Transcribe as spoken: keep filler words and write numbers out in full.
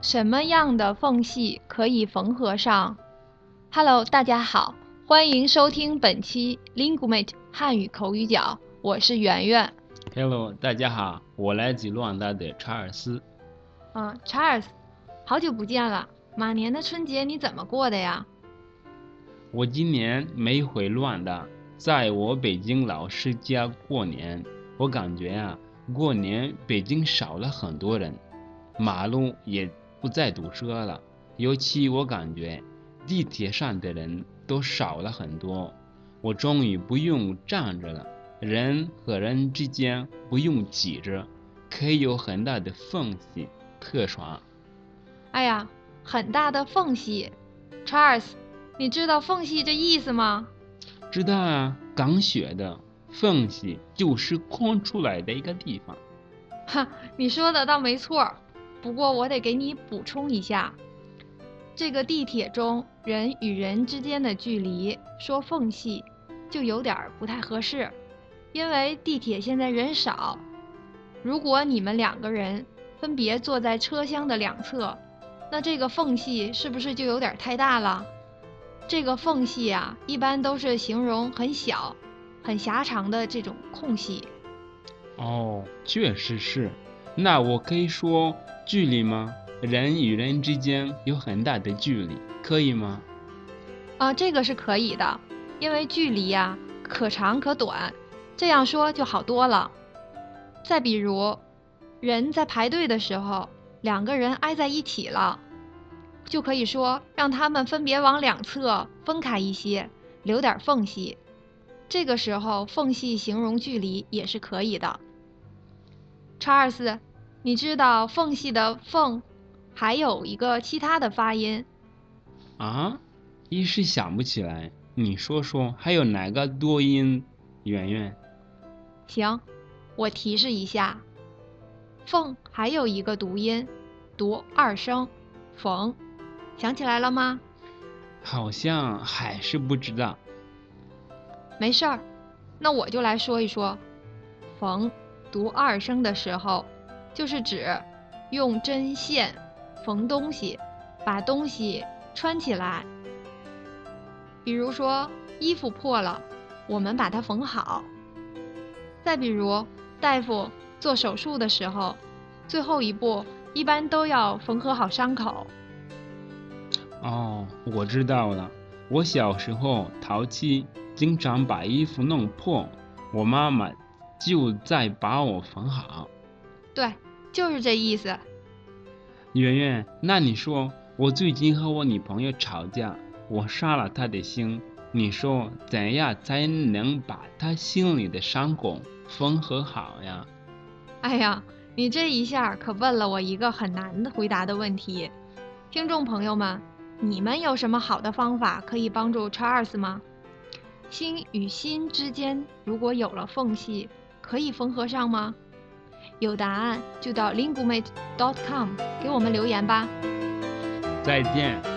什么样的缝隙可以缝合上 ？Hello， 大家好，欢迎收听本期 Linguemate 汉语口语角，我是圆圆。 Hello， 大家好，我来自卢旺达的查尔斯。 嗯 ，Charles， 好久不见了，马年的春节你怎么过的呀？ 我今年没回卢旺达，在我北京老师家过年。我感觉啊，过年北京少了很多人，马路也不再堵车了，尤其我感觉地铁上的人都少了很多。我终于不用站着了，人和人之间不用挤着，可以有很大的缝隙可耍。 哎呀，很大的缝隙 ，Charles， 你知道缝隙这意思吗？ 知道啊，刚学的。缝隙就是空出来的一个地方。 哈，你说的倒没错，不过我得给你补充一下，这个地铁中人与人之间的距离说缝隙就有点不太合适，因为地铁现在人少，如果你们两个人分别坐在车厢的两侧，那这个缝隙是不是就有点太大了？这个缝隙啊，一般都是形容很小很狭长的这种空隙。 哦，确实是。那我可以说距离吗？人与人之间有很大的距离，可以吗？ 啊、呃，这个是可以的，因为距离呀、啊、可长可短，这样说就好多了。再比如，人在排队的时候，两个人挨在一起了，就可以说让他们分别往两侧分开一些，留点缝隙。这个时候缝隙形容距离也是可以的。查尔斯，你知道缝隙的缝还有一个其他的发音啊，一时想不起来，你说说还有哪个多音？圆圆。 行，我提示一下，缝还有一个读音，读二声缝，想起来了吗？ 好像还是不知道。 没事儿，那我就来说一说，缝读二声的时候，就是指用针线缝东西，把东西穿起来。比如说衣服破了，我们把它缝好。再比如大夫做手术的时候，最后一步一般都要缝合好伤口。 哦，我知道了。我小时候淘气，经常把衣服弄破，我妈妈就再把我缝好。 对，就是这意思。 圆圆，那你说我最近和我女朋友吵架，我杀了她的心，你说怎样才能把她心里的伤口缝合好呀？ 哎呀，你这一下可问了我一个很难的回答的问题。听众朋友们，你们有什么好的方法可以帮助 Charles 吗？心与心之间如果有了缝隙，可以缝合上吗？有答案就到 linguemate dot com 给我们留言吧。 再见。